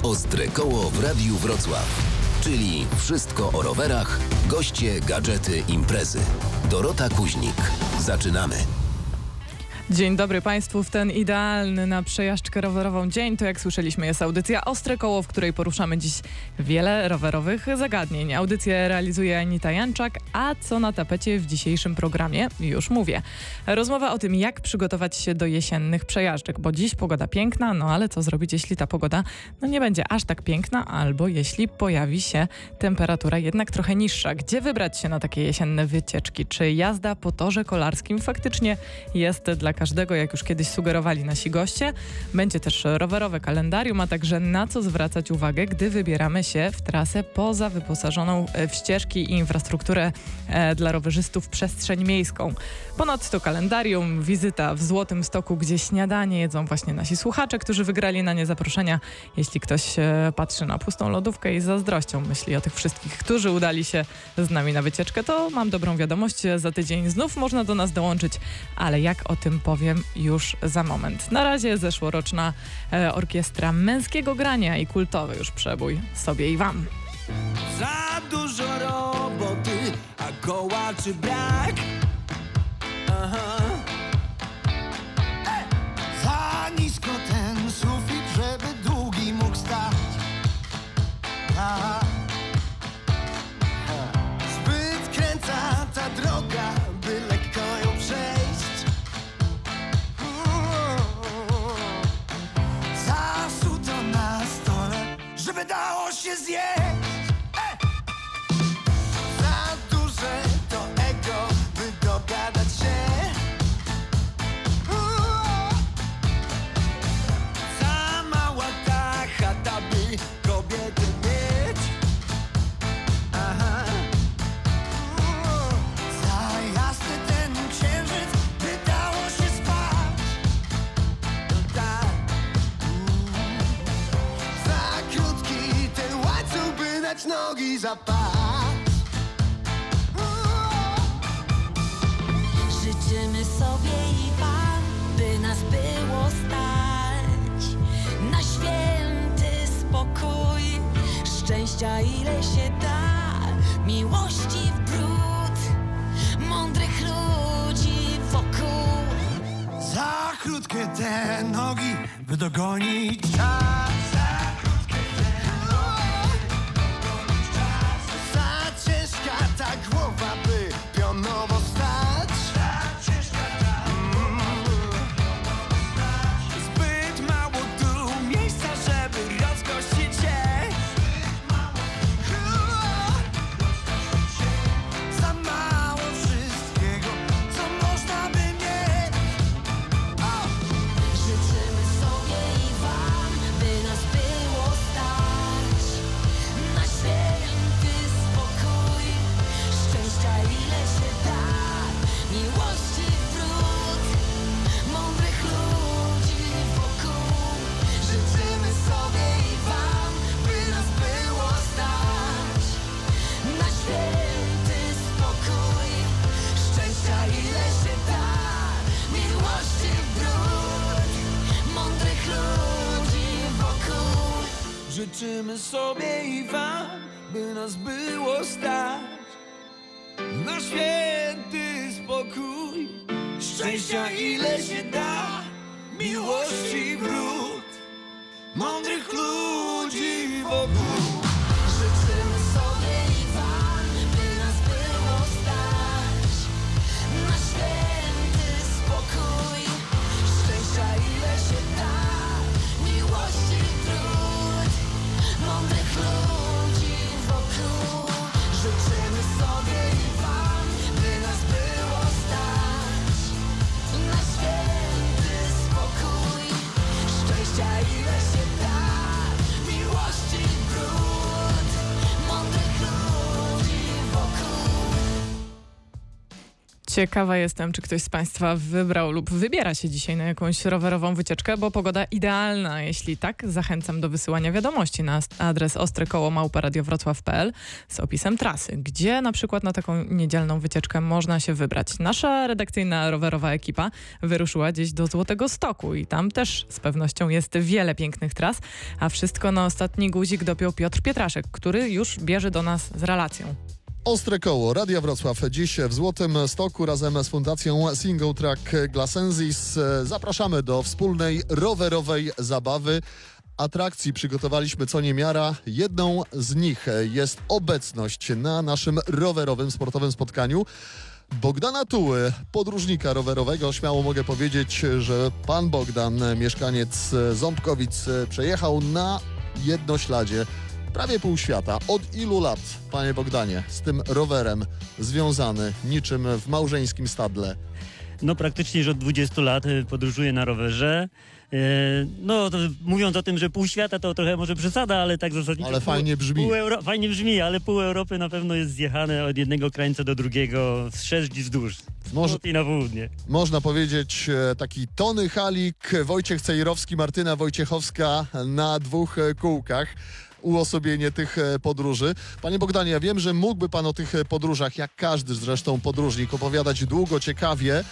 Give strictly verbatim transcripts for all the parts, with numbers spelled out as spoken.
Ostre Koło w Radiu Wrocław. Czyli wszystko o rowerach, goście, gadżety, imprezy. Dorota Kuźnik. Zaczynamy. Dzień dobry Państwu. W ten idealny na przejażdżkę rowerową dzień, to jak słyszeliśmy, jest audycja Ostre Koło, w której poruszamy dziś wiele rowerowych zagadnień. Audycję realizuje Anita Janczak, a co na tapecie w dzisiejszym programie? Już mówię. Rozmowa o tym, jak przygotować się do jesiennych przejażdżek, bo dziś pogoda piękna, no ale co zrobić, jeśli ta pogoda no nie będzie aż tak piękna, albo jeśli pojawi się temperatura jednak trochę niższa. Gdzie wybrać się na takie jesienne wycieczki? Czy jazda po torze kolarskim faktycznie jest dla każdego, jak już kiedyś sugerowali nasi goście? Będzie też rowerowe kalendarium, a także na co zwracać uwagę, gdy wybieramy się w trasę poza wyposażoną w ścieżki i infrastrukturę e, dla rowerzystów przestrzeń miejską. Ponadto kalendarium, wizyta w Złotym Stoku, gdzie śniadanie jedzą właśnie nasi słuchacze, którzy wygrali na nie zaproszenia. Jeśli ktoś e, patrzy na pustą lodówkę i z zazdrością myśli o tych wszystkich, którzy udali się z nami na wycieczkę, to mam dobrą wiadomość. Za tydzień znów można do nas dołączyć, ale jak o tym powiem już za moment. Na razie zeszłoroczna e, orkiestra męskiego grania i kultowy już przebój Sobie i Wam. Za dużo roboty, a kołaczy brak. Aha. Ej! Za nisko ten sufit, żeby długi mógł stać. Aha. Zbyt kręca ta droga, by lekko ją przejść. Zasuto na stole, żeby dało się zjeść. Ej! Za duże to ego, by dogadać się. Za mała ta chata, by kobiety mieć. Aha. Za jasny ten księżyc, by dało się spać. Tak. Za krótki ten łańcuch, by dać nogi za pas. Życzymy sobie i Wam, by nas było stać na święty spokój, szczęścia ile się da, miłości w bród, mądrych ludzi wokół. Za krótkie te nogi, by dogonić czas. Za krótkie te nogi, by dogonić czas. Za ciężka ta głowa, by pionowo stać. Za ciężka ta głowa, by pionowo stać. Zbyt mało tu miejsca, żeby rozgościć się. Za mało wszystkiego, co można by mieć. O! Życzymy sobie i Wam, by nas było stać na święty spokój, szczęścia ile się da, miłości w bród, mądrych ludzi wokół. Życzymy sobie i Wam, by nas było stać na święty spokój, szczęścia ile się da, miłości w bród, mądrych ludzi wokół. Życzymy sobie i wam, by nas było stać na święty spokój, szczęścia ile się da, miłości wrót, mądrych ludzi wokół. Życzymy sobie i Wam, by nas było stać na święty spokój, szczęścia ile się da, miłości trud, mądrych ludzi wokół. Życzymy sobie i Wam, by nas było stać na święty spokój, szczęścia ile się da, miłości brud. Ciekawa jestem, czy ktoś z Państwa wybrał lub wybiera się dzisiaj na jakąś rowerową wycieczkę, bo pogoda idealna. Jeśli tak, zachęcam do wysyłania wiadomości na adres ostrekoło małpa radio wrocław kropka p l z opisem trasy, gdzie na przykład na taką niedzielną wycieczkę można się wybrać. Nasza redakcyjna rowerowa ekipa wyruszyła gdzieś do Złotego Stoku i tam też z pewnością jest wiele pięknych tras, a wszystko na ostatni guzik dopiął Piotr Pietraszek, który już bierze do nas z relacją. Ostre Koło Radia Wrocław dziś w Złotym Stoku razem z Fundacją Single Track Glasensis. Zapraszamy do wspólnej rowerowej zabawy. Atrakcji przygotowaliśmy co niemiara. Jedną z nich jest obecność na naszym rowerowym, sportowym spotkaniu Bogdana Tuły, podróżnika rowerowego. Śmiało mogę powiedzieć, że pan Bogdan, mieszkaniec Ząbkowic, przejechał na jednośladzie prawie pół świata. Od ilu lat, panie Bogdanie, z tym rowerem związany niczym w małżeńskim stadle? No praktycznie już od dwudziestu lat podróżuję na rowerze. No to mówiąc o tym, że pół świata to trochę może przesada, ale tak zasadniczo... Ale pół, fajnie brzmi. Pół Euro, fajnie brzmi, ale pół Europy na pewno jest zjechane od jednego krańca do drugiego, wszerz i wzdłuż. Może, i na południe. Można powiedzieć taki Tony Halik, Wojciech Cejrowski, Martyna Wojciechowska na dwóch kółkach. Uosobienie tych podróży. Panie Bogdanie, ja wiem, że mógłby pan o tych podróżach, jak każdy zresztą podróżnik, opowiadać długo, ciekawie.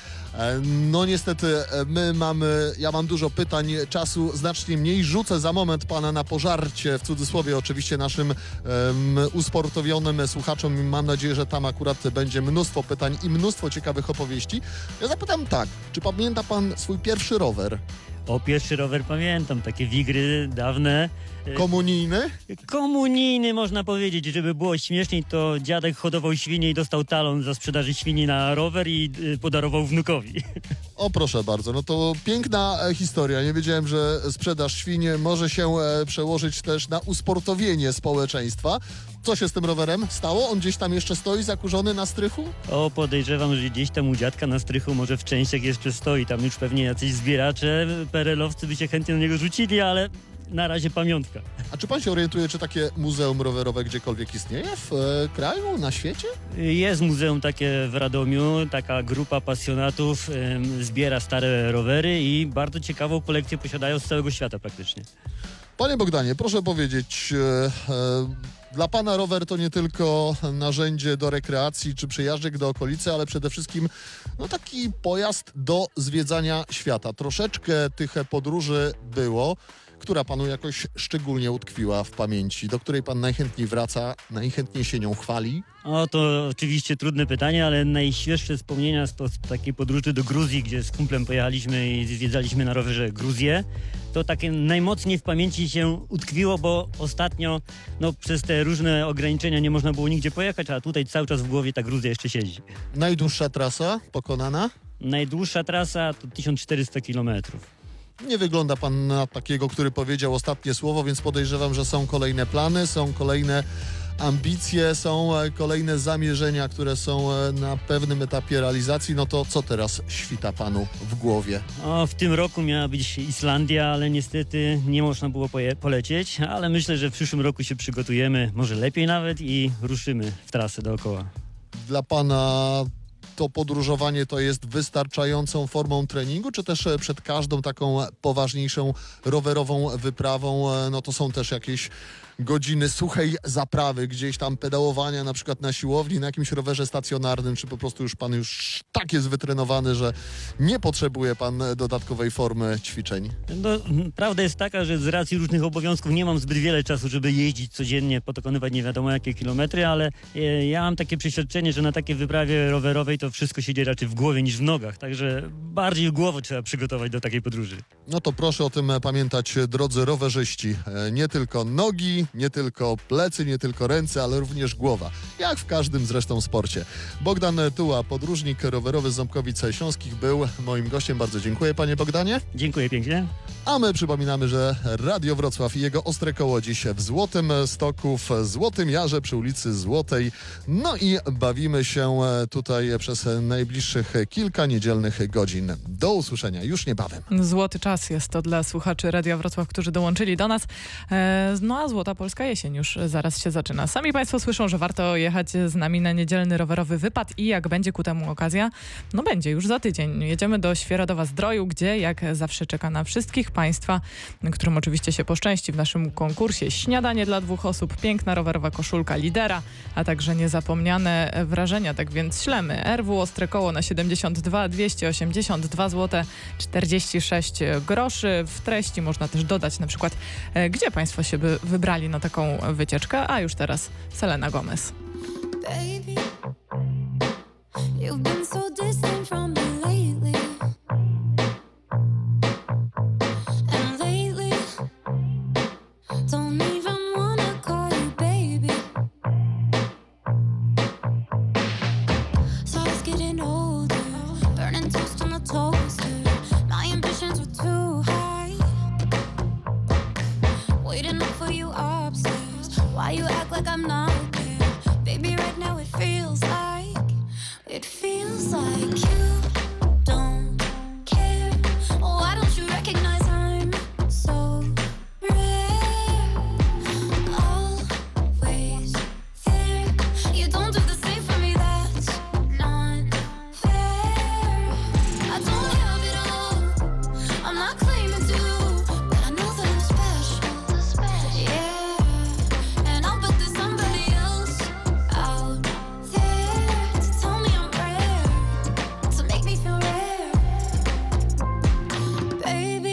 No niestety my mamy, ja mam dużo pytań, czasu znacznie mniej. Rzucę za moment pana na pożarcie, w cudzysłowie oczywiście naszym um, usportowionym słuchaczom. Mam nadzieję, że tam akurat będzie mnóstwo pytań i mnóstwo ciekawych opowieści. Ja zapytam tak, czy pamięta pan swój pierwszy rower? O, pierwszy rower pamiętam, takie wigry dawne. Komunijny? Komunijny można powiedzieć, żeby było śmieszniej, to dziadek hodował świnie i dostał talon za sprzedaży świni na rower i y, podarował wnukowi. O, proszę bardzo, no to piękna e, historia. Nie wiedziałem, że sprzedaż świń może się e, przełożyć też na usportowienie społeczeństwa. Co się z tym rowerem stało? On gdzieś tam jeszcze stoi zakurzony na strychu? O, podejrzewam, że gdzieś tam u dziadka na strychu może w częściach jeszcze stoi. Tam już pewnie jacyś zbieracze, perelowcy by się chętnie na niego rzucili, ale na razie pamiątka. A czy pan się orientuje, czy takie muzeum rowerowe gdziekolwiek istnieje w e, kraju, na świecie? Jest muzeum takie w Radomiu, taka grupa pasjonatów ym, zbiera stare rowery i bardzo ciekawą kolekcję posiadają z całego świata praktycznie. Panie Bogdanie, proszę powiedzieć, e, e, dla pana rower to nie tylko narzędzie do rekreacji czy przejażdżek do okolicy, ale przede wszystkim no, taki pojazd do zwiedzania świata. Troszeczkę tych podróży było. Która panu jakoś szczególnie utkwiła w pamięci, do której pan najchętniej wraca, najchętniej się nią chwali? O, to oczywiście trudne pytanie, ale najświeższe wspomnienia to z takiej podróży do Gruzji, gdzie z kumplem pojechaliśmy i zwiedzaliśmy na rowerze Gruzję. To takie najmocniej w pamięci się utkwiło, bo ostatnio no, przez te różne ograniczenia nie można było nigdzie pojechać, a tutaj cały czas w głowie ta Gruzja jeszcze siedzi. Najdłuższa trasa pokonana? Najdłuższa trasa to tysiąc czterysta kilometrów. Nie wygląda pan na takiego, który powiedział ostatnie słowo, więc podejrzewam, że są kolejne plany, są kolejne ambicje, są kolejne zamierzenia, które są na pewnym etapie realizacji. No to co teraz świta panu w głowie? O, w tym roku miała być Islandia, ale niestety nie można było poje- polecieć, ale myślę, że w przyszłym roku się przygotujemy, może lepiej nawet i ruszymy w trasę dookoła. Dla pana to podróżowanie to jest wystarczającą formą treningu, czy też przed każdą taką poważniejszą rowerową wyprawą, no to są też jakieś godziny suchej zaprawy, gdzieś tam pedałowania na przykład na siłowni, na jakimś rowerze stacjonarnym, czy po prostu już pan już tak jest wytrenowany, że nie potrzebuje pan dodatkowej formy ćwiczeń? No, prawda jest taka, że z racji różnych obowiązków nie mam zbyt wiele czasu, żeby jeździć codziennie, pokonywać nie wiadomo jakie kilometry, ale e, ja mam takie przeświadczenie, że na takiej wyprawie rowerowej to wszystko siedzi raczej w głowie niż w nogach, także bardziej głowę trzeba przygotować do takiej podróży. No to proszę o tym pamiętać, drodzy rowerzyści. E, nie tylko nogi, nie tylko plecy, nie tylko ręce, ale również głowa. Jak w każdym zresztą sporcie. Bogdan Tuła, podróżnik rowerowy z Ząbkowic Śląskich, był moim gościem. Bardzo dziękuję, panie Bogdanie. Dziękuję pięknie. A my przypominamy, że Radio Wrocław i jego Ostre Koło dziś w Złotym Stoku, w Złotym Jarze przy ulicy Złotej. No i bawimy się tutaj przez najbliższych kilka niedzielnych godzin. Do usłyszenia już niebawem. Złoty czas jest to dla słuchaczy Radia Wrocław, którzy dołączyli do nas. E, no a złota Polska jesień już zaraz się zaczyna. Sami Państwo słyszą, że warto jechać z nami na niedzielny rowerowy wypad i jak będzie ku temu okazja, no będzie już za tydzień. Jedziemy do Świeradowa-Zdroju, gdzie jak zawsze czeka na wszystkich Państwa, którym oczywiście się poszczęści w naszym konkursie, śniadanie dla dwóch osób, piękna rowerowa koszulka lidera, a także niezapomniane wrażenia. Tak więc ślemy. R W Ostre Koło na siedemdziesiąt dwa dwieście osiemdziesiąt dwa złote czterdzieści sześć groszy. W treści można też dodać na przykład, gdzie Państwo się by wybrali na taką wycieczkę, a już teraz Selena Gomez. Baby, you've been so distant from me lately. And lately, don't even wanna call you baby. So I was getting older, burning toast on the toaster. My ambitions were too high, waiting up for you upstairs. Why you act like I'm not there? Baby, right now it feels like, it feels like you don't care. Why don't you recognize I'm so rare? Always there. You don't do the same for me, that's not fair. I don't have it all, I'm not claiming to, but I know that I'm special. Yeah, and I'll bet there's somebody else out there to tell me I'm rare, to make me feel rare. Baby,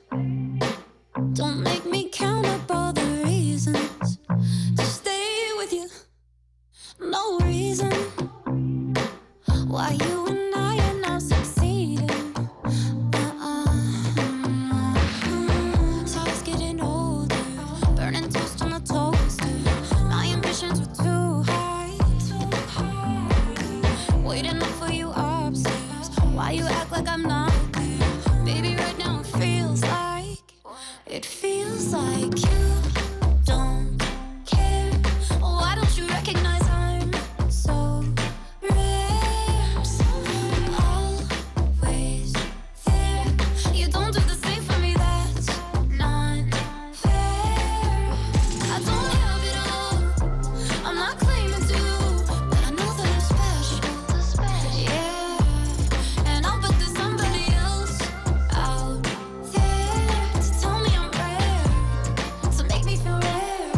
don't make me count up all the reasons to stay with you. No reason why you and I are not succeeding. Uh-uh. So I was getting older, burning toast on the toaster. My ambitions were too high, too high. Waiting up for you upstairs. Why you act like I'm not there? Baby, right now it feels like, it feels like you don't care. Why don't you recognize I'm so rare? Always there. You don't do the same for me, that's not fair. I don't have it all, I'm not claiming to, but I know that I'm special. Yeah, and I'll bet there's somebody else out there to tell me I'm rare, to make me feel rare.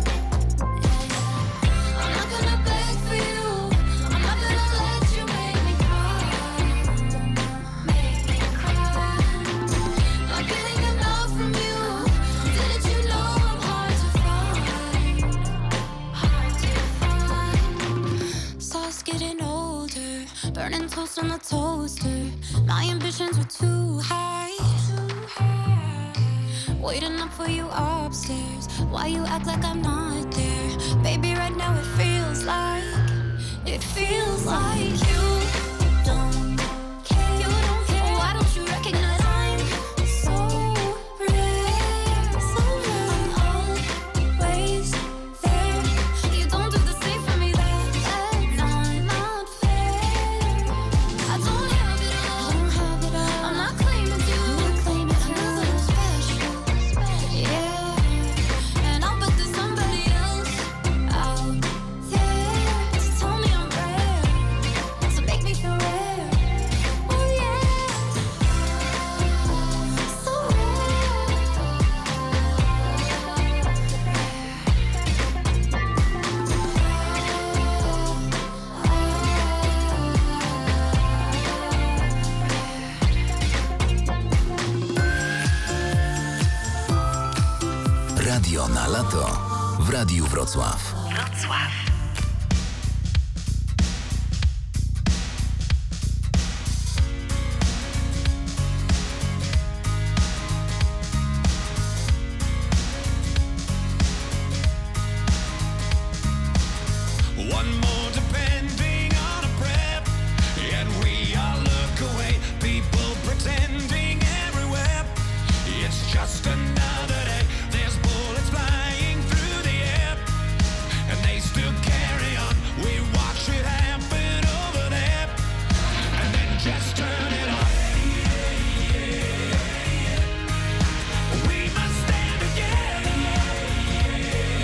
I'm not gonna beg for you, I'm not gonna let you make me cry, make me cry. Not getting enough from you, didn't you know I'm hard to find, hard to find. So I was getting older, burning toast on the toaster. My ambitions were too high, too high. Waiting up for you upstairs. Why you act like I'm not there? Baby, right now it feels like, it feels like you don't care. You don't care. Why don't you recognize I'm so rare? So rare. I'm always there. You don't do the same for me, that's not, not fair. I don't have it all, don't have it all. I'm not claiming to, I'm not claiming to. I know that I'm special. Yeah, and I'll bet there's somebody else out there to tell me I'm rare, to make me feel rare. Oh yeah, so Radio na lato w Radiu Wrocław. One more depending on a prep, yet we all look away. People pretending everywhere. It's just another day. There's bullets flying through the air, and they still carry on. We watch it happen over there, and then just turn it off. We must stand together.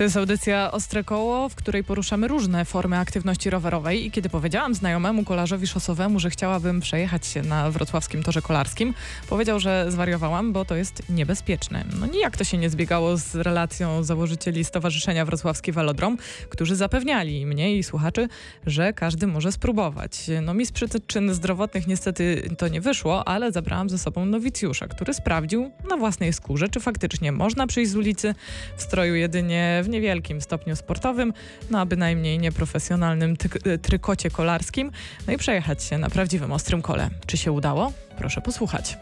To jest audycja Ostre Koło, w której poruszamy różne formy aktywności rowerowej i kiedy powiedziałam znajomemu kolarzowi szosowemu, że chciałabym przejechać się na wrocławskim torze kolarskim, powiedział, że zwariowałam, bo to jest niebezpieczne. No nijak to się nie zbiegało z relacją założycieli Stowarzyszenia Wrocławski Velodrom, którzy zapewniali mnie i słuchaczy, że każdy może spróbować. No mi z przyczyn zdrowotnych niestety to nie wyszło, ale zabrałam ze sobą nowicjusza, który sprawdził na własnej skórze, czy faktycznie można przyjść z ulicy w stroju jedynie w niewielkim stopniu sportowym, no a bynajmniej nieprofesjonalnym ty- trykocie kolarskim, no i przejechać się na prawdziwym ostrym kole. Czy się udało? Proszę posłuchać.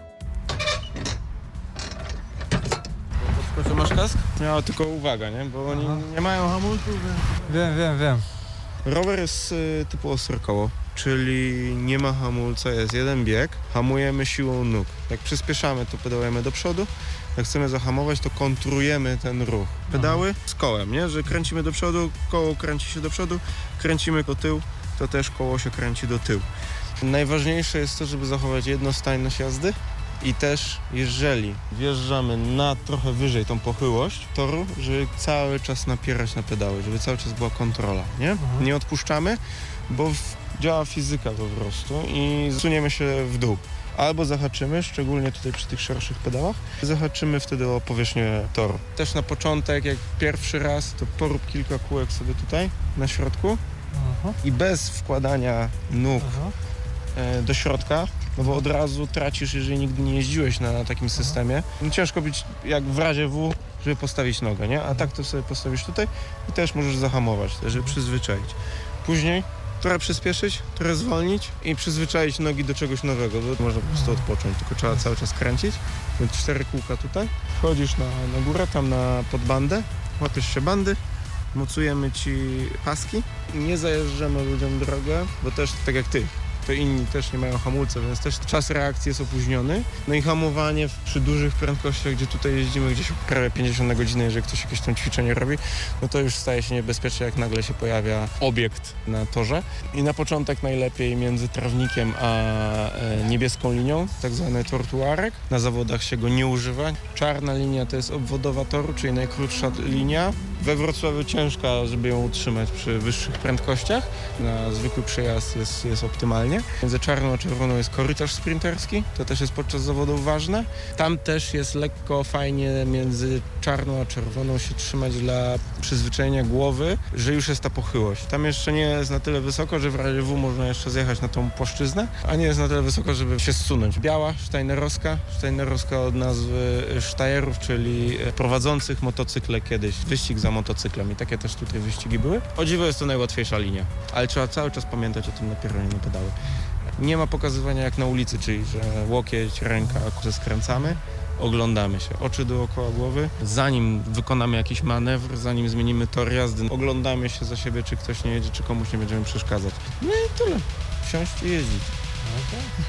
Co, masz kask? Miała tylko uwaga, nie? Bo oni nie mają hamulców. Więc... Wiem, wiem, wiem. Rower jest y, typu ostre koło, czyli nie ma hamulca, jest jeden bieg, hamujemy siłą nóg. Jak przyspieszamy, to pedałujemy do przodu, jak chcemy zahamować, to kontrujemy ten ruch. Pedały z kołem, nie? Że kręcimy do przodu, koło kręci się do przodu, kręcimy do tyłu, to też koło się kręci do tyłu. Najważniejsze jest to, żeby zachować jednostajność jazdy i też jeżeli wjeżdżamy na trochę wyżej tą pochyłość toru, żeby cały czas napierać na pedały, żeby cały czas była kontrola, nie? Mhm. Nie odpuszczamy, bo w, działa fizyka po prostu i zsuniemy się w dół. Albo zahaczymy, szczególnie tutaj przy tych szerszych pedałach, zahaczymy wtedy o powierzchnię toru. Też na początek, jak pierwszy raz, to porób kilka kółek sobie tutaj na środku Aha. i bez wkładania nóg Aha. e, do środka, no bo od razu tracisz, jeżeli nigdy nie jeździłeś na takim systemie. No ciężko być jak w razie W, żeby postawić nogę, nie? A tak to sobie postawisz tutaj i też możesz zahamować, żeby przyzwyczaić. Później trochę przyspieszyć, trochę zwolnić i przyzwyczaić nogi do czegoś nowego, bo można po prostu odpocząć, tylko trzeba cały czas kręcić. Więc cztery kółka tutaj, wchodzisz na, na górę, tam na pod bandę, łapiesz się bandy, mocujemy ci paski, nie zajeżdżamy ludziom drogę, bo też tak jak ty, to inni też nie mają hamulca, więc też czas reakcji jest opóźniony. No i hamowanie przy dużych prędkościach, gdzie tutaj jeździmy gdzieś prawie pięćdziesiąt na godzinę, jeżeli ktoś jakieś tam ćwiczenie robi, no to już staje się niebezpieczne, jak nagle się pojawia obiekt na torze. I na początek najlepiej między trawnikiem a e, niebieską linią, tak zwany tortuarek. Na zawodach się go nie używa. Czarna linia to jest obwodowa toru, czyli najkrótsza linia. We Wrocławiu ciężka, żeby ją utrzymać przy wyższych prędkościach. Na zwykły przejazd jest, jest optymalnie. Między czarną a czerwoną jest korytarz sprinterski, to też jest podczas zawodów ważne. Tam też jest lekko fajnie między czarną a czerwoną się trzymać dla przyzwyczajenia głowy, że już jest ta pochyłość. Tam jeszcze nie jest na tyle wysoko, że w razie W można jeszcze zjechać na tą płaszczyznę, a nie jest na tyle wysoko, żeby się zsunąć. Biała, sztajnerowska, sztajnerowska od nazwy sztajerów, czyli prowadzących motocykle kiedyś. Wyścig za motocyklem i takie też tutaj wyścigi były. O dziwo jest to najłatwiejsza linia, ale trzeba cały czas pamiętać o tym napieraniu na pedały. Nie ma pokazywania jak na ulicy, czyli że łokieć, ręka, że skręcamy, oglądamy się, oczy dookoła głowy. Zanim wykonamy jakiś manewr, zanim zmienimy tor jazdy, oglądamy się za siebie, czy ktoś nie jedzie, czy komuś nie będziemy przeszkadzać. No i tyle. Wsiąść i jeździć. Okay.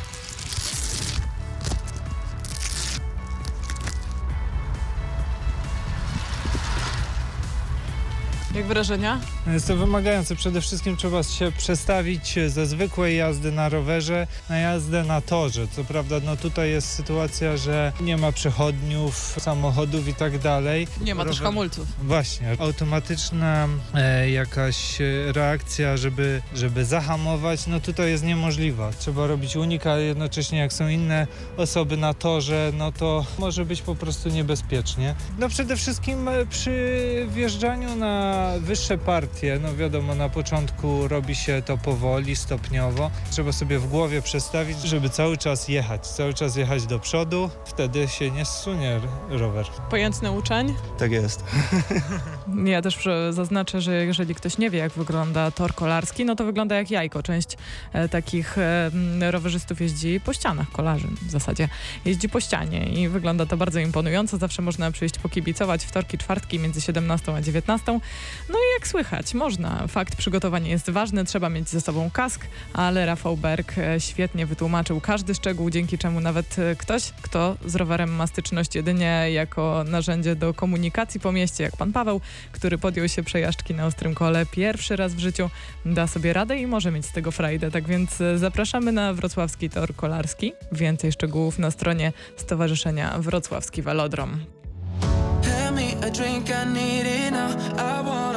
Jak wrażenia? Jest to wymagające. Przede wszystkim trzeba się przestawić ze zwykłej jazdy na rowerze na jazdę na torze. Co prawda no tutaj jest sytuacja, że nie ma przechodniów, samochodów i tak dalej. Nie ma też Rower- hamulców. Właśnie. Automatyczna e, jakaś e, reakcja, żeby, żeby zahamować, no tutaj jest niemożliwa. Trzeba robić unik, a jednocześnie jak są inne osoby na torze, no to może być po prostu niebezpiecznie. No przede wszystkim e, przy wjeżdżaniu na wyższe partie, no wiadomo, na początku robi się to powoli, stopniowo. Trzeba sobie w głowie przestawić, żeby cały czas jechać, cały czas jechać do przodu, wtedy się nie zsunie rower. Pojętny uczeń? Tak jest. Ja też e, zaznaczę, że jeżeli ktoś nie wie, jak wygląda tor kolarski, no to wygląda jak jajko. Część e, takich e, rowerzystów jeździ po ścianach, kolarzy w zasadzie. Jeździ po ścianie i wygląda to bardzo imponująco. Zawsze można przyjść pokibicować wtorki, czwartki między siedemnastą a dziewiętnastą. No i jak słychać, można. Fakt przygotowania jest ważny, trzeba mieć ze sobą kask, ale Rafał Berg e, świetnie wytłumaczył każdy szczegół, dzięki czemu nawet e, ktoś, kto z rowerem ma styczność jedynie jako narzędzie do komunikacji po mieście, jak pan Paweł, który podjął się przejażdżki na ostrym kole pierwszy raz w życiu, da sobie radę i może mieć z tego frajdę. Tak więc e, zapraszamy na wrocławski tor kolarski. Więcej szczegółów na stronie Stowarzyszenia Wrocławski Velodrom. Hand me a drink, I need it now. I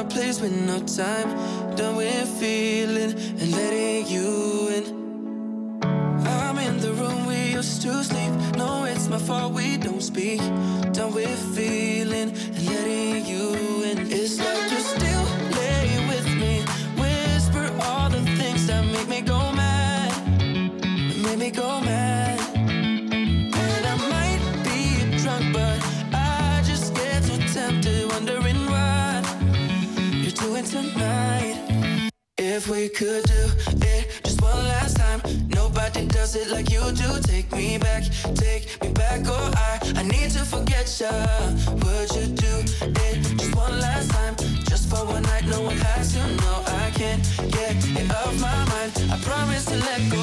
place with no time. Done with feeling and letting you in. I'm in the room we used to sleep. No, it's my fault we don't speak. Done with feeling and letting you in. It's like you still lay with me. Whisper all the things that make me go mad. Make me go mad. And I might be drunk, but I just get so tempted, wondering what you're doing tonight. If we could do it just one last time. Nobody does it like you do. Take me back, take me back, or I I need to forget ya. Would you do it just one last time? Just for one night, no one has to know. I can't get it off my mind. I promise to let go.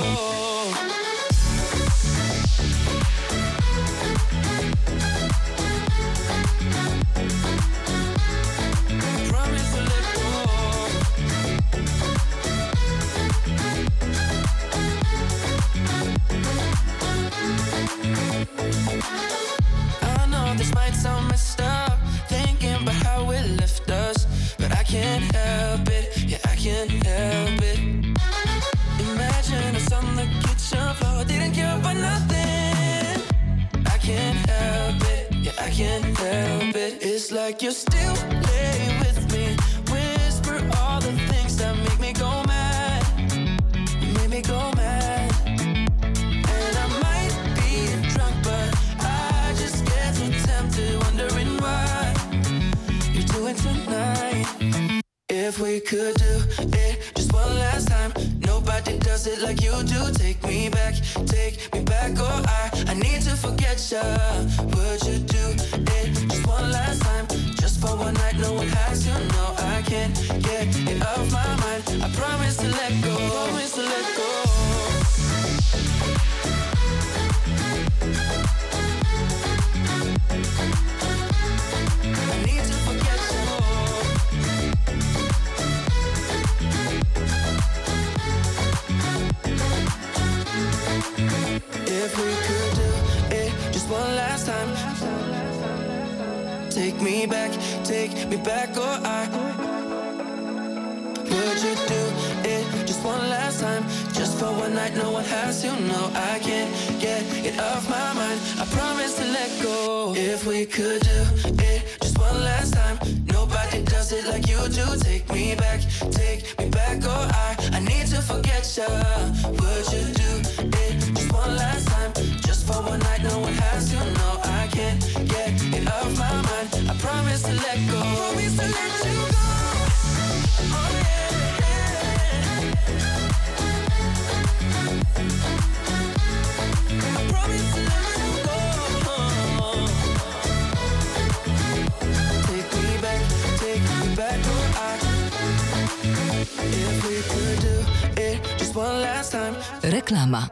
I know this might sound messed up, thinking about how it left us, but I can't help it, yeah, I can't help it. Imagine us on the kitchen floor, didn't care about nothing. I can't help it, yeah, I can't help it. It's like you still lay with me. Whisper all the things that make me go mad, make me go mad. And I might be drunk, but I just get so tempted, wondering what you're doing tonight. If we could do it just one last time. Nobody does it like you do. Take me back, take me back, or I I need to forget ya. Would you do it just one last time? Just for one night, no one has to know. I can't get it off my mind. I promise to let go, promise to let go. I need to forget you. If we could do it just one last time. Take me back, take me back, or I would you do it just one last time? Just for one night, no one has to know. I can't get it off my mind. I promise to let go. If we could do it just one last time. Nobody does it like you do. Take me back, take me back, or I I need to forget ya. Would you do it just one last time? Just for one night, no one has to know. I can't get it off my mind. I promise to let go. Promise to let you go. Oh yeah. I promise to let you go. Take me back, take me back, oh I. If we could do it just one last time. Reklama.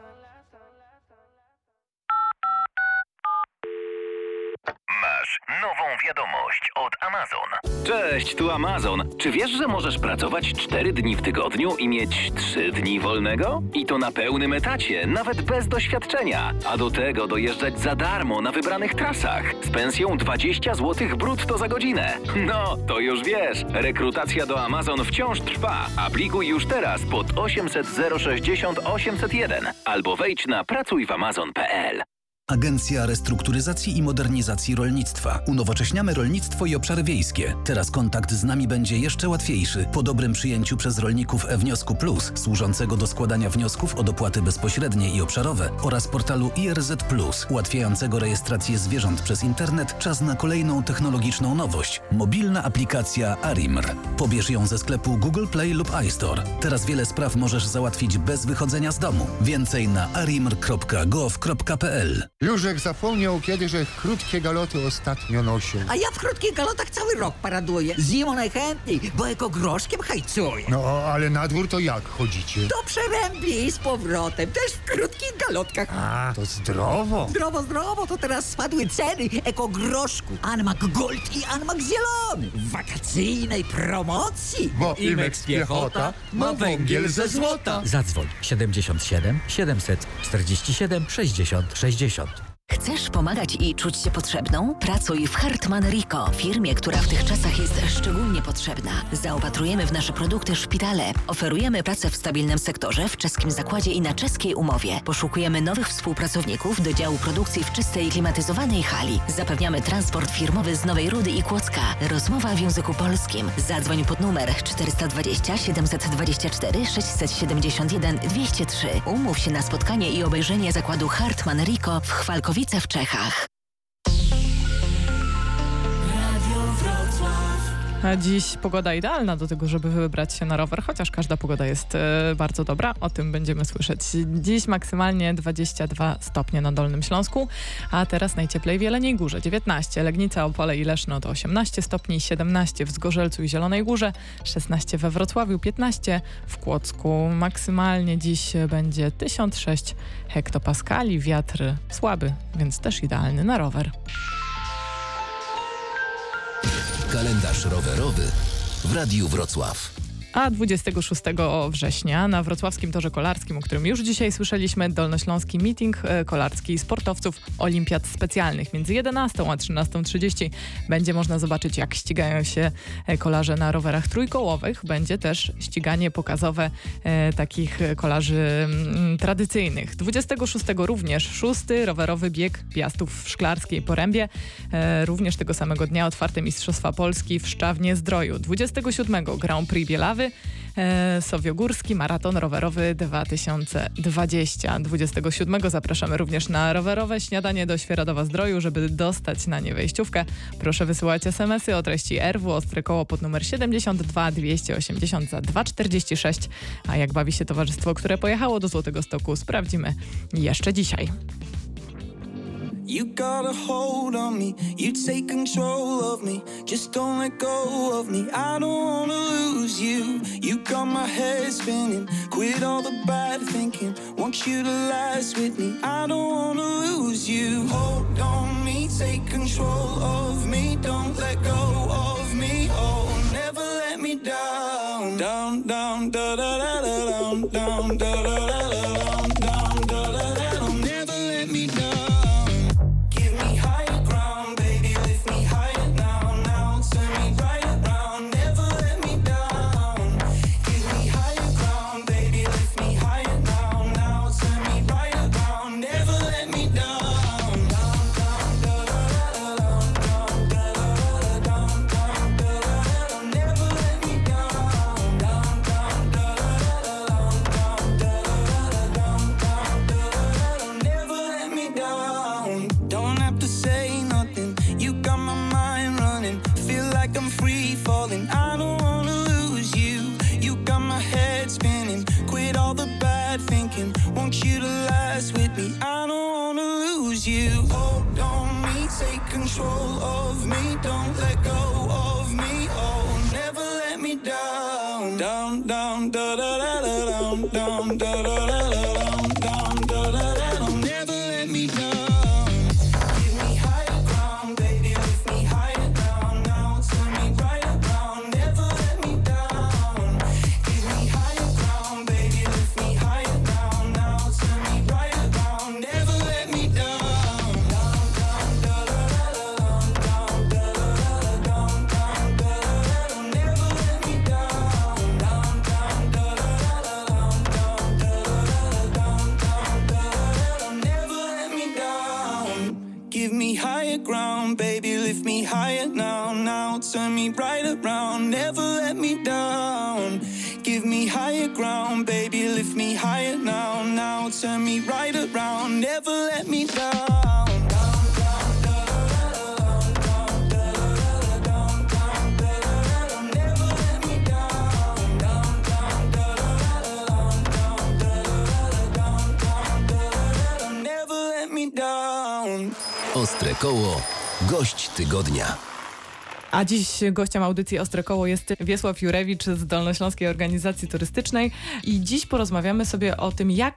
Masz nową wiadomość od Amazon. Cześć, tu Amazon. Czy wiesz, że możesz pracować cztery dni w tygodniu i mieć trzy dni wolnego? I to na pełnym etacie, nawet bez doświadczenia. A do tego dojeżdżać za darmo na wybranych trasach. Z pensją dwadzieścia złotych brutto za godzinę. No, to już wiesz. Rekrutacja do Amazon wciąż trwa. Aplikuj już teraz pod osiemset zero sześćdziesiąt osiemset jeden albo wejdź na pracuj w amazon kropka p l. Agencja Restrukturyzacji i Modernizacji Rolnictwa. Unowocześniamy rolnictwo i obszary wiejskie. Teraz kontakt z nami będzie jeszcze łatwiejszy po dobrym przyjęciu przez rolników e-Wniosku Plus, służącego do składania wniosków o dopłaty bezpośrednie i obszarowe, oraz portalu I R Z Plus, ułatwiającego rejestrację zwierząt przez internet. Czas na kolejną technologiczną nowość. Mobilna aplikacja Arimr. Pobierz ją ze sklepu Google Play lub iStore. Teraz wiele spraw możesz załatwić bez wychodzenia z domu. Więcej na arimr kropka gov kropka p l. Józek zapomniał kiedy, że krótkie galoty ostatnio nosił. A ja w krótkich galotach cały rok paraduję. Zimą najchętniej, bo ekogroszkiem hajcuję. No, ale na dwór to jak chodzicie? Do Przerębli i z powrotem, też w krótkich galotkach. A, to zdrowo. Zdrowo, zdrowo, to teraz spadły ceny ekogroszku. Anmak Gold i Anmak Zielony w wakacyjnej promocji. Bo Imex Piechota ma węgiel ze złota. Zadzwoń siedemdziesiąt siedem siedemset czterdzieści siedem sześćdziesiąt sześćdziesiąt. Chcesz pomagać i czuć się potrzebną? Pracuj w Hartman Rico, firmie, która w tych czasach jest szczególnie potrzebna. Zaopatrujemy w nasze produkty szpitale. Oferujemy pracę w stabilnym sektorze, w czeskim zakładzie i na czeskiej umowie. Poszukujemy nowych współpracowników do działu produkcji w czystej i klimatyzowanej hali. Zapewniamy transport firmowy z Nowej Rudy i Kłodzka. Rozmowa w języku polskim. Zadzwoń pod numer czterysta dwadzieścia siedemset dwadzieścia cztery sześćset siedemdziesiąt jeden dwieście trzy. Umów się na spotkanie i obejrzenie zakładu Hartman Rico w Chwalkowice w Czechach. A dziś pogoda idealna do tego, żeby wybrać się na rower, chociaż każda pogoda jest e, bardzo dobra. O tym będziemy słyszeć. Dziś maksymalnie dwadzieścia dwa stopnie na Dolnym Śląsku, a teraz najcieplej w Jeleniej Górze dziewiętnaście, Legnica, Opole i Leszno to osiemnaście stopni, siedemnaście w Zgorzelcu i Zielonej Górze, szesnaście we Wrocławiu, piętnaście w Kłodzku. Maksymalnie dziś będzie tysiąc sześć hektopaskali, wiatr słaby, więc też idealny na rower. Kalendarz rowerowy w Radiu Wrocław. A dwudziestego szóstego września na wrocławskim torze kolarskim, o którym już dzisiaj słyszeliśmy, dolnośląski meeting kolarski sportowców olimpiad specjalnych. Między jedenastą a trzynastą trzydzieści będzie można zobaczyć, jak ścigają się kolarze na rowerach trójkołowych. Będzie też ściganie pokazowe e, takich kolarzy m, tradycyjnych. dwudziestego szóstego również szósty rowerowy bieg Piastów w Szklarskiej Porębie. E, również tego samego dnia otwarte Mistrzostwa Polski w Szczawnie-Zdroju. dwudziestego siódmego Grand Prix Bielawy, E, Sowiogórski Maraton Rowerowy dwa tysiące dwudziesty. dwudziestego siódmego zapraszamy również na rowerowe śniadanie do Świeradowa-Zdroju. Żeby dostać na nie wejściówkę, proszę wysyłać es em esy o treści R W Ostre Koło pod numer siedemdziesiąt dwa dwieście osiemdziesiąt za dwa czterdzieści sześć. A jak bawi się towarzystwo, które pojechało do Złotego Stoku, sprawdzimy jeszcze dzisiaj. You got a hold on me, you take control of me. Just don't let go of me, I don't wanna lose you. You got my head spinning, quit all the bad thinking. Want you to last with me, I don't wanna lose you. Hold on me, take control of me. Don't let go of me, oh, never let me down. Down, down, da da da da down, down, da da da da down, down, da da da da. Never let me down. Control of me, don't let go of me, oh, never let me down. Down, down, da da da da down, down, da da da da down, down, da da da da. Never let me down. Give me higher ground, baby, lift me higher down. Now turn me right around, never let me down. Give me higher ground, baby, lift me higher down. Now turn me right around, never let me down. Ground, baby, lift me higher now, now turn me right around, never let me down. Give me higher ground, baby, lift me higher now, now turn me right around, never let me down. Ostre Koło, gość tygodnia. A dziś gościem audycji Ostre Koło jest Wiesław Jurewicz z Dolnośląskiej Organizacji Turystycznej i dziś porozmawiamy sobie o tym, jak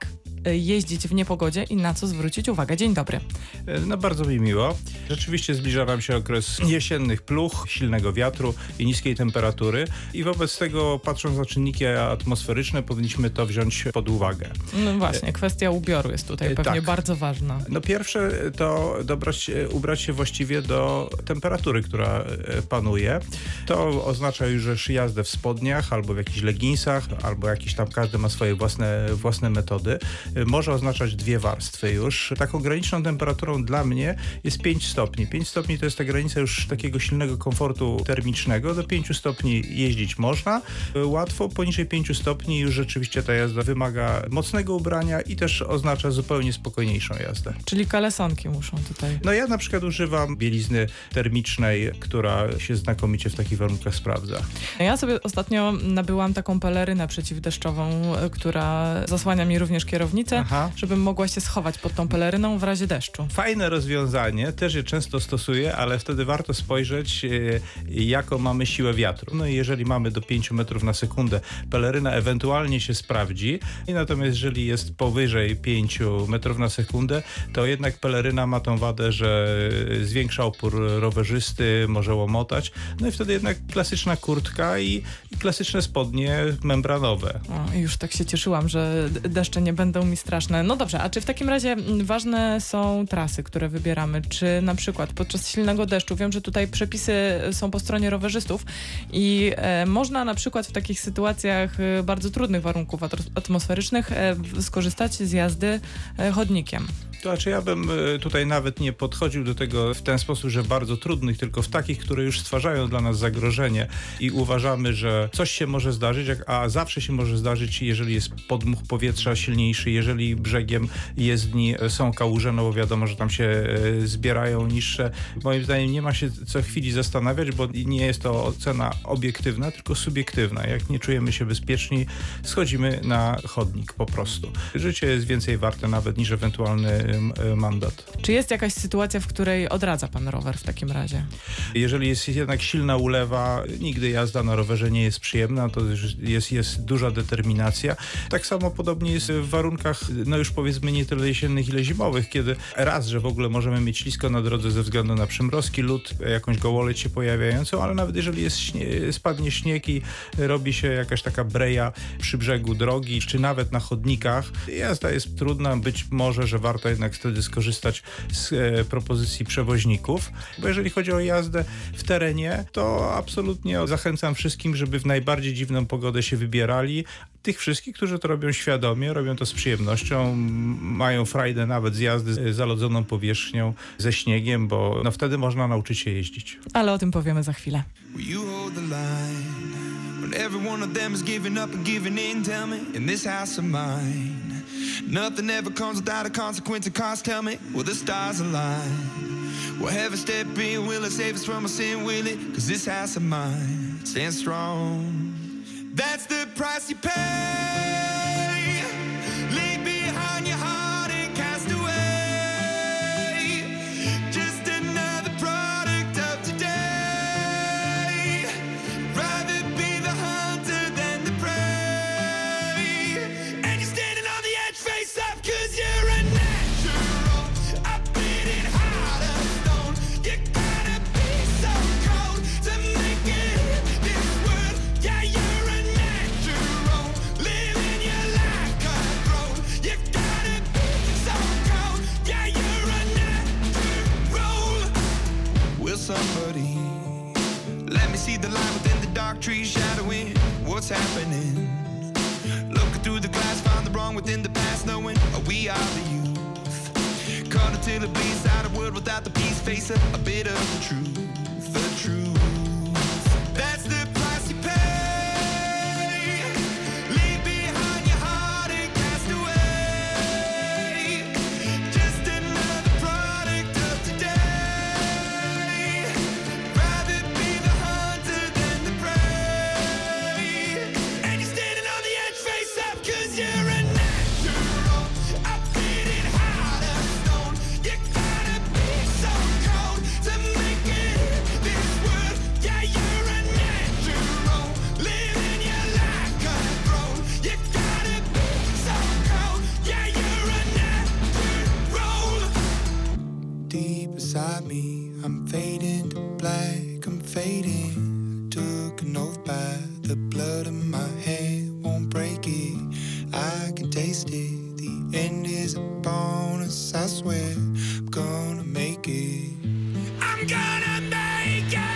y, jeździć w niepogodzie i na co zwrócić uwagę? Dzień dobry. No bardzo mi miło. Rzeczywiście zbliża nam się okres jesiennych pluch, silnego wiatru i niskiej temperatury i wobec tego, patrząc na czynniki atmosferyczne, powinniśmy to wziąć pod uwagę. No właśnie, kwestia ubioru jest tutaj pewnie tak. bardzo ważna. No pierwsze to dobrać, ubrać się właściwie do temperatury, która panuje. To oznacza już że jazdę w spodniach albo w jakichś leginsach, albo jakiś tam, każdy ma swoje własne, własne metody. Może oznaczać dwie warstwy już. Taką graniczną temperaturą dla mnie jest pięć stopni. pięć stopni to jest ta granica już takiego silnego komfortu termicznego. Do pięciu stopni jeździć można łatwo. Poniżej pięciu stopni już rzeczywiście ta jazda wymaga mocnego ubrania i też oznacza zupełnie spokojniejszą jazdę. Czyli kalesonki muszą tutaj. No ja na przykład używam bielizny termicznej, która się znakomicie w takich warunkach sprawdza. Ja sobie ostatnio nabyłam taką pelerynę przeciwdeszczową, która zasłania mi również kierownicę, Aha. żebym mogła się schować pod tą peleryną w razie deszczu. Fajne rozwiązanie, też je często stosuję, ale wtedy warto spojrzeć, jaką mamy siłę wiatru. No i jeżeli mamy do pięciu metrów na sekundę, peleryna ewentualnie się sprawdzi, i natomiast jeżeli jest powyżej pięciu metrów na sekundę, to jednak peleryna ma tą wadę, że zwiększa opór rowerzysty, może łomotać. No i wtedy jednak klasyczna kurtka i, i klasyczne spodnie membranowe. O, już tak się cieszyłam, że deszcze nie będą mi straszne. No dobrze, a czy w takim razie ważne są trasy, które wybieramy? Czy na przykład podczas silnego deszczu, wiem, że tutaj przepisy są po stronie rowerzystów i e, można na przykład w takich sytuacjach e, bardzo trudnych warunków atmosferycznych e, skorzystać z jazdy e, chodnikiem. To znaczy ja bym tutaj nawet nie podchodził do tego w ten sposób, że bardzo trudnych, tylko w takich, które już stwarzają dla nas zagrożenie i uważamy, że coś się może zdarzyć, a zawsze się może zdarzyć, jeżeli jest podmuch powietrza silniejszy, jeżeli brzegiem jezdni są kałuże, no bo wiadomo, że tam się zbierają niższe. Moim zdaniem nie ma się co chwili zastanawiać, bo nie jest to ocena obiektywna, tylko subiektywna. Jak nie czujemy się bezpieczni, schodzimy na chodnik po prostu. Życie jest więcej warte nawet niż ewentualny mandat. Czy jest jakaś sytuacja, w której odradza pan rower w takim razie? Jeżeli jest jednak silna ulewa, nigdy jazda na rowerze nie jest przyjemna, to jest, jest duża determinacja. Tak samo podobnie jest w warunkach, no już powiedzmy nie tyle jesiennych, ile zimowych, kiedy raz, że w ogóle możemy mieć ślisko na drodze ze względu na przymrozki, lód, jakąś gołoleć się pojawiającą, ale nawet jeżeli jest śnie, spadnie śnieg i robi się jakaś taka breja przy brzegu drogi, czy nawet na chodnikach, jazda jest trudna, być może, że warto jednak wtedy skorzystać z e, propozycji przewoźników, bo jeżeli chodzi o jazdę w terenie, to absolutnie zachęcam wszystkim, żeby w najbardziej dziwną pogodę się wybierali. Tych wszystkich, którzy to robią świadomie, robią to z przyjemnością, mają frajdę nawet z jazdy z zalodzoną powierzchnią, ze śniegiem, bo no wtedy można nauczyć się jeździć. Ale o tym powiemy za chwilę. You hold the line when every one of them is giving up and giving in. Tell me, in this house of mine, nothing ever comes without a consequence of cost. Tell me, will the stars align? Will heaven step in? Will it save us from our sin? Will it? Cause this house of mine stands strong. That's the price you pay. Leave behind your heart and cast away. Just another product of today. Rather be the hunter than the prey. And you're standing on the edge, face up, cause you're a natural. I beat it hard as stone. You gotta be so cold to make it in this world. Yeah, you're a natural. Living your life cutthroat. You gotta be so cold. Yeah, you're a natural. Will somebody let me see the light within the dark trees shadowing what's happening? Looking through the glass, find the wrong within the past, knowing we are the youth. Caught until it bleeds out a world without the peace, face a, a bit of the truth, the truth. That's the price you pay. Leave behind your heart and cast away. Just another product of today. Rather be the hunter than the prey. And you're standing on the edge, face up, cause you're a natural. I beat it hard as stone. You gotta be so cold to make it taste it. The end is a bonus, I swear I'm gonna make it. I'm gonna make it.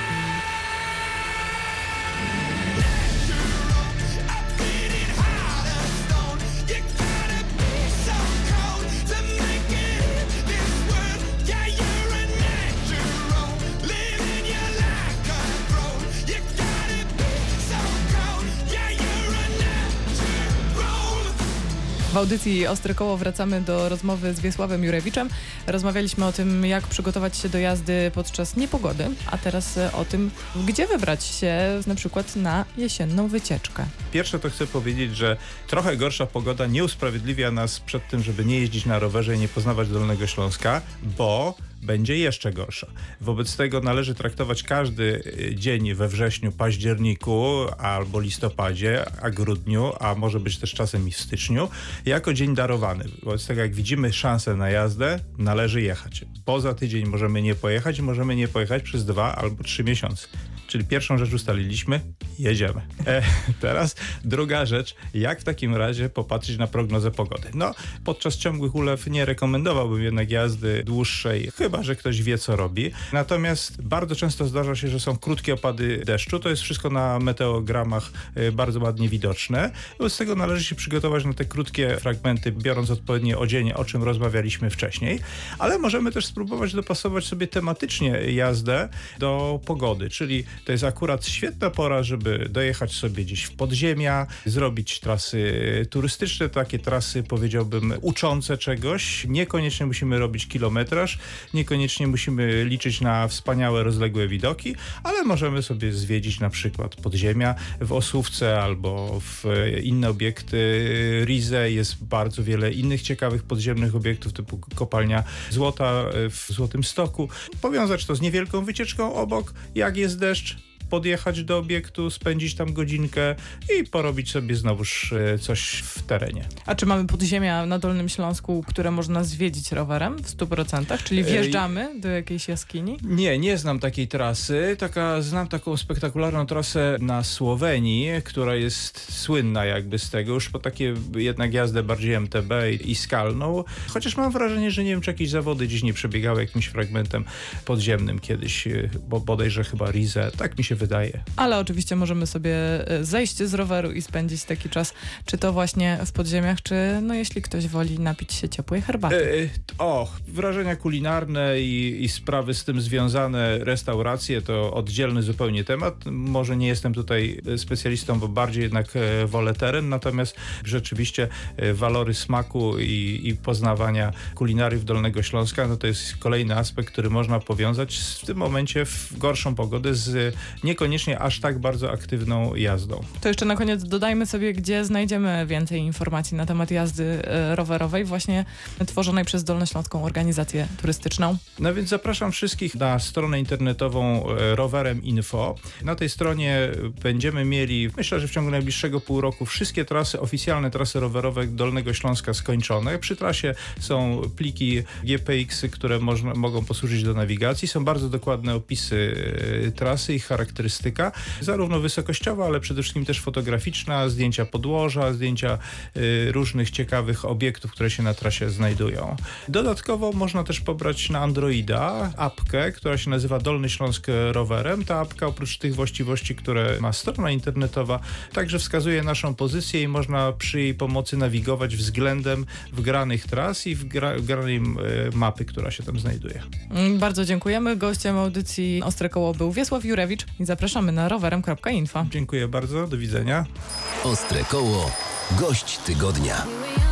W audycji Ostre Koło wracamy do rozmowy z Wiesławem Jurewiczem. Rozmawialiśmy o tym, jak przygotować się do jazdy podczas niepogody, a teraz o tym, gdzie wybrać się na przykład na jesienną wycieczkę. Pierwsze to chcę powiedzieć, że trochę gorsza pogoda nie usprawiedliwia nas przed tym, żeby nie jeździć na rowerze i nie poznawać Dolnego Śląska, bo będzie jeszcze gorsza. Wobec tego należy traktować każdy dzień we wrześniu, październiku albo listopadzie, a grudniu, a może być też czasem i w styczniu, jako dzień darowany. Wobec tego jak widzimy szansę na jazdę, należy jechać. Poza tydzień możemy nie pojechać, możemy nie pojechać przez dwa albo trzy miesiące. Czyli pierwszą rzecz ustaliliśmy, jedziemy. E, teraz druga rzecz, jak w takim razie popatrzeć na prognozę pogody. No, podczas ciągłych ulew nie rekomendowałbym jednak jazdy dłuższej, chyba że ktoś wie, co robi. Natomiast bardzo często zdarza się, że są krótkie opady deszczu. To jest wszystko na meteogramach y, bardzo ładnie widoczne. Wobec tego należy się przygotować na te krótkie fragmenty, biorąc odpowiednie odzienie, o czym rozmawialiśmy wcześniej. Ale możemy też spróbować dopasować sobie tematycznie jazdę do pogody, czyli to jest akurat świetna pora, żeby dojechać sobie gdzieś w podziemia, zrobić trasy turystyczne, takie trasy, powiedziałbym, uczące czegoś. Niekoniecznie musimy robić kilometraż, niekoniecznie musimy liczyć na wspaniałe, rozległe widoki, ale możemy sobie zwiedzić na przykład podziemia w Osówce albo w inne obiekty Rize. Jest bardzo wiele innych ciekawych podziemnych obiektów typu kopalnia złota w Złotym Stoku. Powiązać to z niewielką wycieczką obok, jak jest deszcz, podjechać do obiektu, spędzić tam godzinkę i porobić sobie znowuż coś w terenie. A czy mamy podziemia na Dolnym Śląsku, które można zwiedzić rowerem w stu procentach? Czyli wjeżdżamy do jakiejś jaskini? Nie, nie znam takiej trasy. Taka, znam taką spektakularną trasę na Słowenii, która jest słynna jakby z tego, już po takie jednak jazdę bardziej M T B i, i skalną. Chociaż mam wrażenie, że nie wiem, czy jakieś zawody dziś nie przebiegały jakimś fragmentem podziemnym kiedyś, bo bodajże chyba Rize. Tak mi się wydaje. Ale oczywiście możemy sobie zejść z roweru i spędzić taki czas, czy to właśnie w podziemiach, czy no jeśli ktoś woli napić się ciepłej herbaty. E, o, wrażenia kulinarne i, i sprawy z tym związane, restauracje to oddzielny zupełnie temat. Może nie jestem tutaj specjalistą, bo bardziej jednak wolę teren, natomiast rzeczywiście walory smaku i, i poznawania kulinariów Dolnego Śląska, no to jest kolejny aspekt, który można powiązać w tym momencie w gorszą pogodę z niekoniecznie aż tak bardzo aktywną jazdą. To jeszcze na koniec dodajmy sobie, gdzie znajdziemy więcej informacji na temat jazdy rowerowej, właśnie tworzonej przez Dolnośląską Organizację Turystyczną. No więc zapraszam wszystkich na stronę internetową rowerem info. Na tej stronie będziemy mieli, myślę, że w ciągu najbliższego pół roku wszystkie trasy, oficjalne trasy rowerowe Dolnego Śląska skończone. Przy trasie są pliki G P X-y, które można, mogą posłużyć do nawigacji. Są bardzo dokładne opisy trasy, ich charakterystyka, zarówno wysokościowa, ale przede wszystkim też fotograficzna, zdjęcia podłoża, zdjęcia y, różnych ciekawych obiektów, które się na trasie znajdują. Dodatkowo można też pobrać na Androida apkę, która się nazywa Dolny Śląsk rowerem. Ta apka oprócz tych właściwości, które ma strona internetowa, także wskazuje naszą pozycję i można przy jej pomocy nawigować względem wgranych tras i wgranej y, mapy, która się tam znajduje. Bardzo dziękujemy. Gościem audycji Ostre Koło był Wiesław Jurewicz i zapraszamy na rowerem kropka info. Dziękuję bardzo, do widzenia. Ostre Koło, gość tygodnia.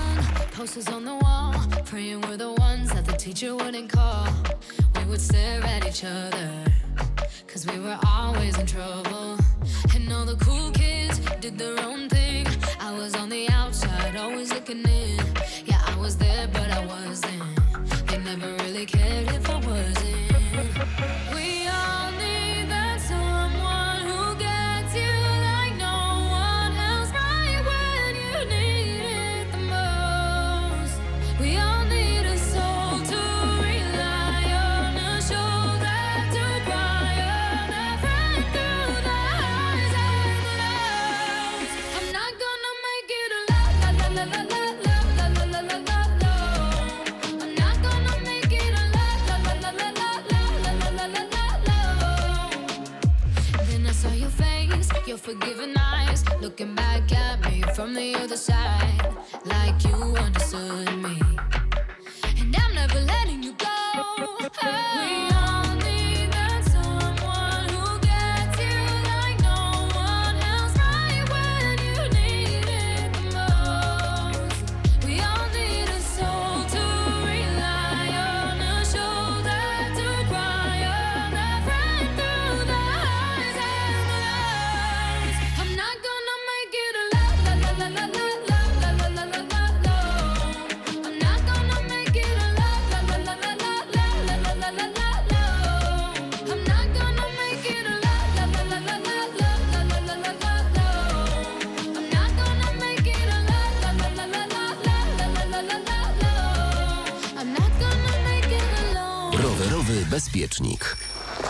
Posters on the wall, praying we're the ones that the teacher wouldn't call. We would stare at each other, cause we were always in trouble. And all the cool kids did their own thing. I was on the outside, always looking in. Yeah, I was there, but I wasn't. They never really cared if I wasn't. We all need that someone who gets you like no one else, right when you need it the most. We all need a soul to rely on, a shoulder to cry on, a friend through the highs and the lows. I'm not gonna make it a la la la la la la la. your forgiving eyes, looking back at me from the other side, like you understood me. And I'm never letting you go. We all need that someone who gets you like no one else, right when you need it the most. We all need a soul to rely on, a shoulder to cry on, a friend through the highs and the lows. I'm not gonna make it a la la la la la la la la la la la la. I'm not gonna make it a la la la la la la la la la la la la. I'm not gonna make it a la la la la la la la la la la la la. I'm not gonna make it a la la la la la la la la la la la. I'm not gonna make it alone. Rowerowy bezpiecznik.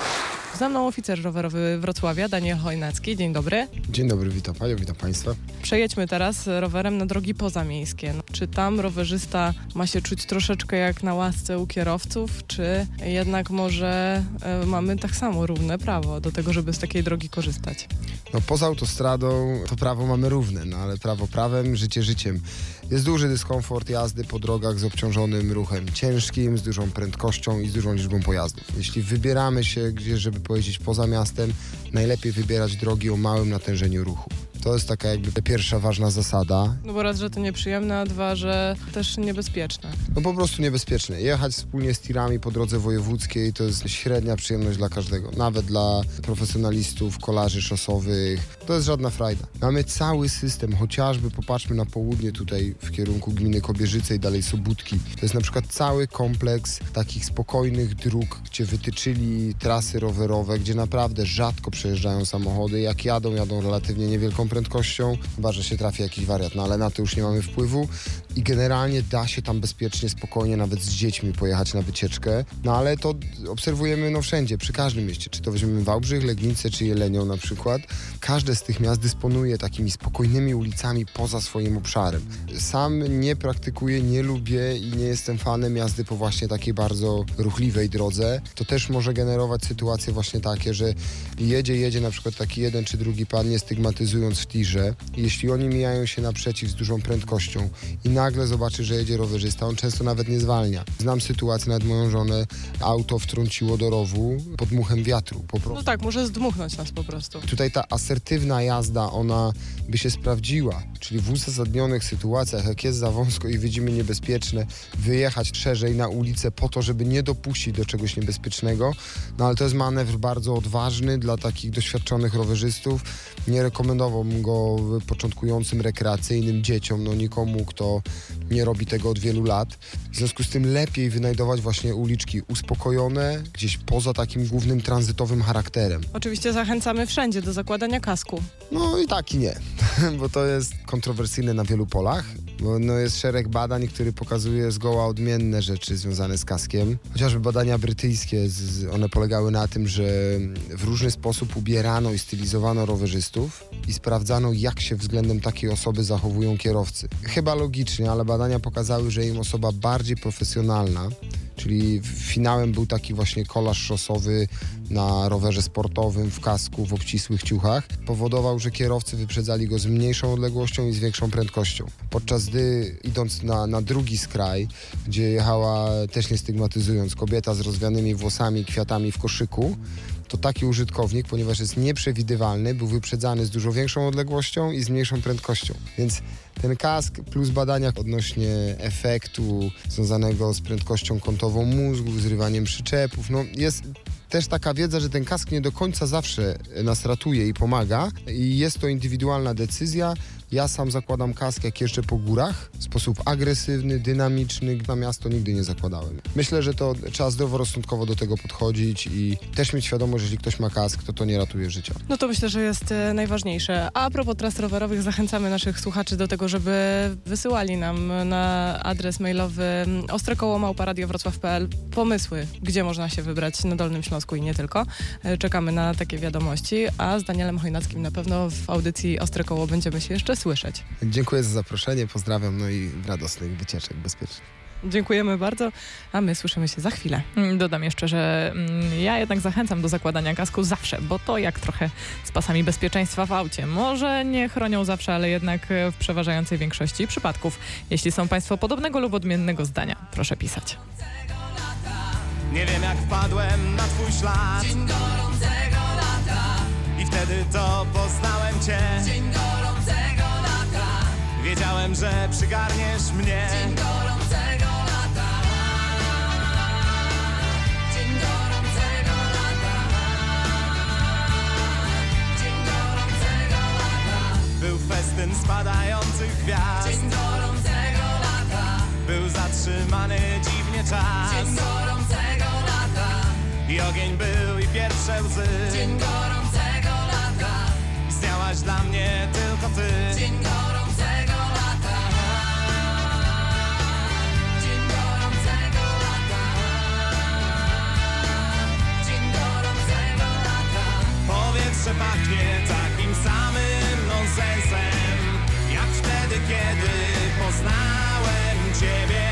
Za mną oficer rowerowy Wrocławia, Daniel Chojnacki. Dzień dobry. Dzień dobry, witam Panią, witam Państwa. Przejedźmy teraz rowerem na drogi pozamiejskie. No, czy tam rowerzysta ma się czuć troszeczkę jak na łasce u kierowców, czy jednak może e, mamy tak samo równe prawo do tego, żeby z takiej drogi korzystać? No poza autostradą to prawo mamy równe, no ale prawo prawem, życie życiem. Jest duży dyskomfort jazdy po drogach z obciążonym ruchem ciężkim, z dużą prędkością i z dużą liczbą pojazdów. Jeśli wybieramy się gdzieś, żeby pojeździć poza miastem, najlepiej wybierać drogi o małym natężeniu ruchu. To jest taka jakby pierwsza ważna zasada. No bo raz, że to nieprzyjemne, a dwa, że też niebezpieczne. No po prostu niebezpieczne. Jechać wspólnie z tirami po drodze wojewódzkiej to jest średnia przyjemność dla każdego. Nawet dla profesjonalistów, kolarzy szosowych. To jest żadna frajda. Mamy cały system, chociażby popatrzmy na południe tutaj w kierunku gminy Kobierzyce i dalej Sobótki. To jest na przykład cały kompleks takich spokojnych dróg, gdzie wytyczyli trasy rowerowe, gdzie naprawdę rzadko przejeżdżają samochody. Jak jadą, jadą relatywnie niewielką prędkością, chyba że się trafi jakiś wariat, no ale na to już nie mamy wpływu i generalnie da się tam bezpiecznie, spokojnie, nawet z dziećmi pojechać na wycieczkę, no ale to obserwujemy no wszędzie, przy każdym mieście, czy to weźmiemy Wałbrzych, Legnicę, czy Jelenią na przykład. Każde z tych miast dysponuje takimi spokojnymi ulicami poza swoim obszarem. Sam nie praktykuję, nie lubię i nie jestem fanem jazdy po właśnie takiej bardzo ruchliwej drodze. To też może generować sytuacje właśnie takie, że jedzie, jedzie na przykład taki jeden czy drugi pan, nie stygmatyzując w tirze. Jeśli oni mijają się naprzeciw z dużą prędkością i nagle zobaczy, że jedzie rowerzysta, on często nawet nie zwalnia. Znam sytuację, nawet moją żonę auto wtrąciło do rowu pod dmuchem wiatru. Po prostu. No tak, może zdmuchnąć nas po prostu. Tutaj ta asertywna jazda, ona by się sprawdziła, czyli w uzasadnionych sytuacjach, jak jest za wąsko i widzimy niebezpieczne, wyjechać szerzej na ulicę po to, żeby nie dopuścić do czegoś niebezpiecznego, no ale to jest manewr bardzo odważny dla takich doświadczonych rowerzystów. Nie rekomendowałbym go początkującym rekreacyjnym dzieciom, no nikomu, kto nie robi tego od wielu lat. W związku z tym lepiej wynajdować właśnie uliczki uspokojone, gdzieś poza takim głównym tranzytowym charakterem. Oczywiście zachęcamy wszędzie do zakładania kasku. No i tak i nie, bo to jest kontrowersyjne na wielu polach. Bo no jest szereg badań, które pokazuje zgoła odmienne rzeczy związane z kaskiem. Chociażby badania brytyjskie, z, one polegały na tym, że w różny sposób ubierano i stylizowano rowerzystów i sprawdzano, jak się względem takiej osoby zachowują kierowcy. Chyba logicznie, ale badania pokazały, że im osoba bardziej profesjonalna, czyli finałem był taki właśnie kolarz szosowy na rowerze sportowym, w kasku, w obcisłych ciuchach, powodował, że kierowcy wyprzedzali go z mniejszą odległością i z większą prędkością. Podczas gdy idąc na, na drugi skraj, gdzie jechała, też nie stygmatyzując, kobieta z rozwianymi włosami i kwiatami w koszyku, to taki użytkownik, ponieważ jest nieprzewidywalny, był wyprzedzany z dużo większą odległością i z mniejszą prędkością. Więc ten kask plus badania odnośnie efektu związanego z prędkością kątową mózgu, zrywaniem przyczepów, no jest też taka wiedza, że ten kask nie do końca zawsze nas ratuje i pomaga i jest to indywidualna decyzja. Ja sam zakładam kask, jak jeżdżę po górach, w sposób agresywny, dynamiczny. Na miasto nigdy nie zakładałem. Myślę, że to trzeba zdroworozsądkowo do tego podchodzić i też mieć świadomość, że jeśli ktoś ma kask, to to nie ratuje życia. No to myślę, że jest e, najważniejsze. A propos tras rowerowych, zachęcamy naszych słuchaczy do tego, żeby wysyłali nam na adres mailowy ostrekoło małpa radio wrocław kropka p l pomysły, gdzie można się wybrać na Dolnym Śląsku i nie tylko. E, czekamy na takie wiadomości, a z Danielem Chojnackim na pewno w audycji Ostre Koło będziemy się jeszcze słyszeć. Dziękuję za zaproszenie, pozdrawiam, no i radosnych wycieczek bezpiecznych. Dziękujemy bardzo, a my słyszymy się za chwilę. Dodam jeszcze, że ja jednak zachęcam do zakładania kasku zawsze, bo to jak trochę z pasami bezpieczeństwa w aucie. Może nie chronią zawsze, ale jednak w przeważającej większości przypadków. Jeśli są Państwo podobnego lub odmiennego zdania, proszę pisać. Nie wiem jak wpadłem na twój ślad. Dzień gorącego lata. I wtedy to poznałem cię. Dzień gorącego lata. Wiedziałem, że przygarniesz mnie. Dzień gorącego lata. Dzień gorącego lata. Dzień gorącego lata. Był festyn spadających gwiazd. Dzień gorącego lata. Był zatrzymany dziwnie czas. Dzień gorącego lata. I ogień był i pierwsze łzy. Dzień gorącego lata. Istniałaś dla mnie tylko ty. Dzień gorącego lata. Dzień gorącego lata. Dzień gorącego lata. Powietrze pachnie takim samym nonsensem, jak wtedy, kiedy poznałem ciebie.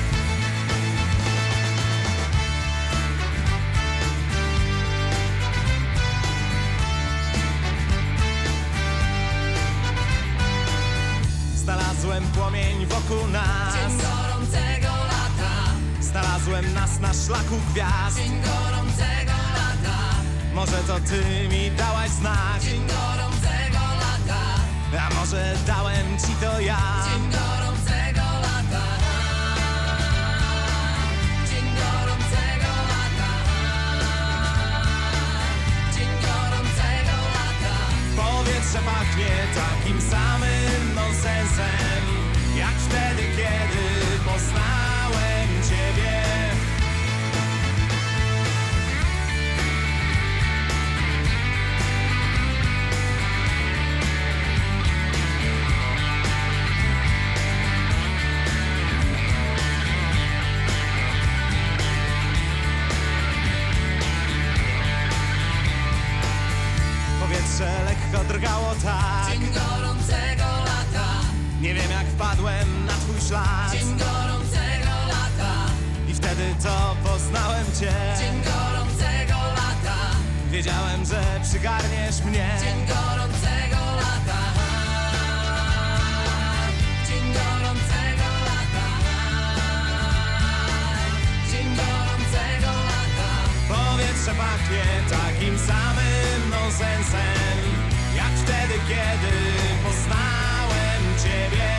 Znalazłem płomień wokół nas. Dzień gorącego lata. Znalazłem nas na szlaku gwiazd. Dzień gorącego lata. Może to ty mi dałaś znak. Dzień gorącego lata. A może dałem ci to ja. Dzień gorącego lata. Dzień gorącego lata. Dzień gorącego lata. Powietrze pachnie takim samym nonsensem, jak wtedy, kiedy poznałem ciebie. Powietrze lekko drgało tak. Dzień gorącego lata. Nie wiem jak wpadłem na twój ślad. Dzień gorącego lata. I wtedy to poznałem cię. Dzień gorącego lata. Wiedziałem, że przygarniesz mnie. Dzień gorącego lata. Dzień gorącego lata. Dzień gorącego lata. Powietrze pachnie takim samym nonsensem, jak wtedy, kiedy poznałem ciebie.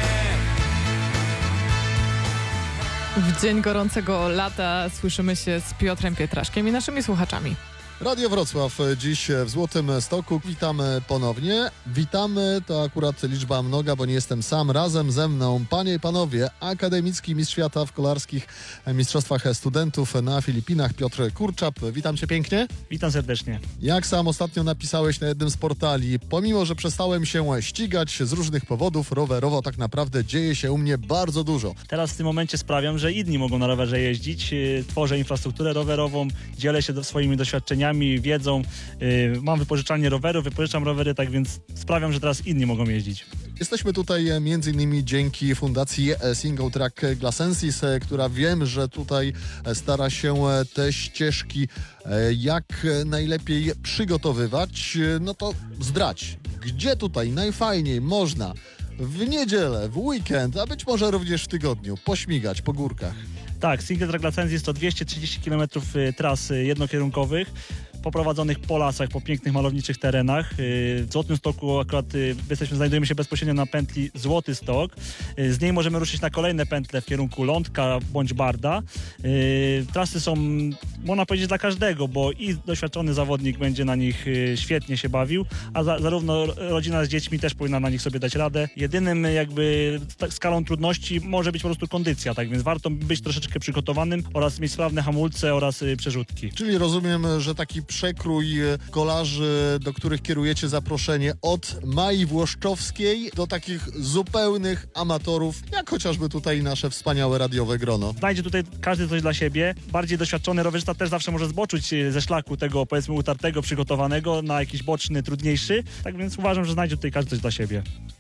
W dzień gorącego lata słyszymy się z Piotrem Pietraszkiem i naszymi słuchaczami. Radio Wrocław dziś w Złotym Stoku. Witamy ponownie. Witamy, to akurat liczba mnoga, bo nie jestem sam. Razem ze mną, panie i panowie, akademicki mistrz świata w kolarskich mistrzostwach studentów na Filipinach, Piotr Kurczap. Witam cię pięknie. Witam serdecznie. Jak sam ostatnio napisałeś na jednym z portali, pomimo, że przestałem się ścigać z różnych powodów, rowerowo tak naprawdę dzieje się u mnie bardzo dużo. Teraz w tym momencie sprawiam, że inni mogą na rowerze jeździć. Yy, Tworzę infrastrukturę rowerową, dzielę się do, swoimi doświadczeniami, wiedzą. Yy, mam wypożyczalnię rowerów, wypożyczam rowery, tak więc sprawiam, że teraz inni mogą jeździć. Jesteśmy tutaj między innymi dzięki fundacji Single Track Glasensis, która wiem, że tutaj stara się te ścieżki jak najlepiej przygotowywać. No to zdradź, gdzie tutaj najfajniej można w niedzielę, w weekend, a być może również w tygodniu pośmigać po górkach. Tak, Single Track Glasensis to dwieście trzydzieści kilometrów tras jednokierunkowych, poprowadzonych po lasach, po pięknych, malowniczych terenach. W Złotym Stoku akurat jesteśmy, znajdujemy się bezpośrednio na pętli Złoty Stok. Z niej możemy ruszyć na kolejne pętle w kierunku Lądka bądź Barda. Trasy są, można powiedzieć, dla każdego, bo i doświadczony zawodnik będzie na nich świetnie się bawił, a za, zarówno rodzina z dziećmi też powinna na nich sobie dać radę. Jedynym jakby skalą trudności może być po prostu kondycja, tak więc warto być troszeczkę przygotowanym oraz mieć sprawne hamulce oraz przerzutki. Czyli rozumiem, że taki przekrój kolarzy, do których kierujecie zaproszenie, od Mai Włoszczowskiej do takich zupełnych amatorów, jak chociażby tutaj nasze wspaniałe radiowe grono. Znajdzie tutaj każdy coś dla siebie. Bardziej doświadczony rowerzysta też zawsze może zboczyć ze szlaku tego, powiedzmy, utartego, przygotowanego na jakiś boczny, trudniejszy. Tak więc uważam, że znajdzie tutaj każdy coś dla siebie.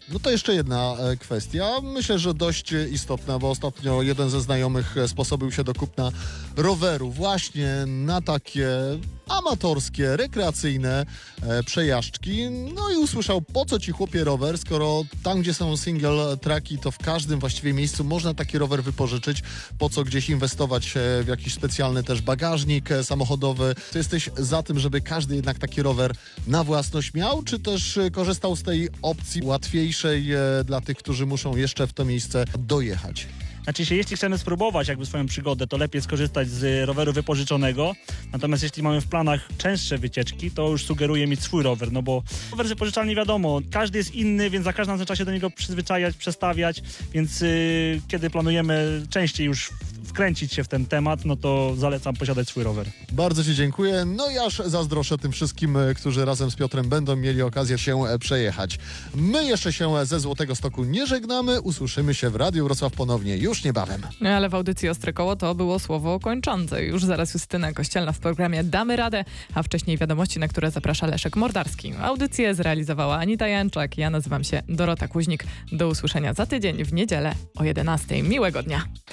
No to jeszcze jedna e, kwestia, myślę, że dość e, istotna, bo ostatnio jeden ze znajomych e, sposobił się do kupna roweru właśnie na takie amatorskie, rekreacyjne e, przejażdżki. No i usłyszał, po co ci chłopie rower, skoro tam, gdzie są single tracki, to w każdym właściwie miejscu można taki rower wypożyczyć. Po co gdzieś inwestować e, w jakiś specjalny też bagażnik e, samochodowy? Ty jesteś za tym, żeby każdy jednak taki rower na własność miał, czy też e, korzystał z tej opcji łatwiejszej e, dla tych, którzy muszą jeszcze w to miejsce dojechać? Znaczy się, jeśli chcemy spróbować jakby swoją przygodę, to lepiej skorzystać z roweru wypożyczonego. Natomiast jeśli mamy w planach częstsze wycieczki, to już sugeruję mieć swój rower, no bo rower wypożyczalny wiadomo, każdy jest inny, więc za każdym razem trzeba się do niego przyzwyczajać, przestawiać, więc yy, kiedy planujemy częściej już wkręcić się w ten temat, no to zalecam posiadać swój rower. Bardzo ci dziękuję. No i aż zazdroszczę tym wszystkim, e, którzy razem z Piotrem będą mieli okazję się e, przejechać. My jeszcze się ze Złotego Stoku nie żegnamy. Usłyszymy się w Radiu Wrocław ponownie już niebawem. Ale w audycji Ostre Koło to było słowo kończące. Już zaraz Justyna Kościelna w programie Damy Radę, a wcześniej wiadomości, na które zaprasza Leszek Mordarski. Audycję zrealizowała Anita Janczak. Ja nazywam się Dorota Kuźnik. Do usłyszenia za tydzień w niedzielę o jedenastej. Miłego dnia.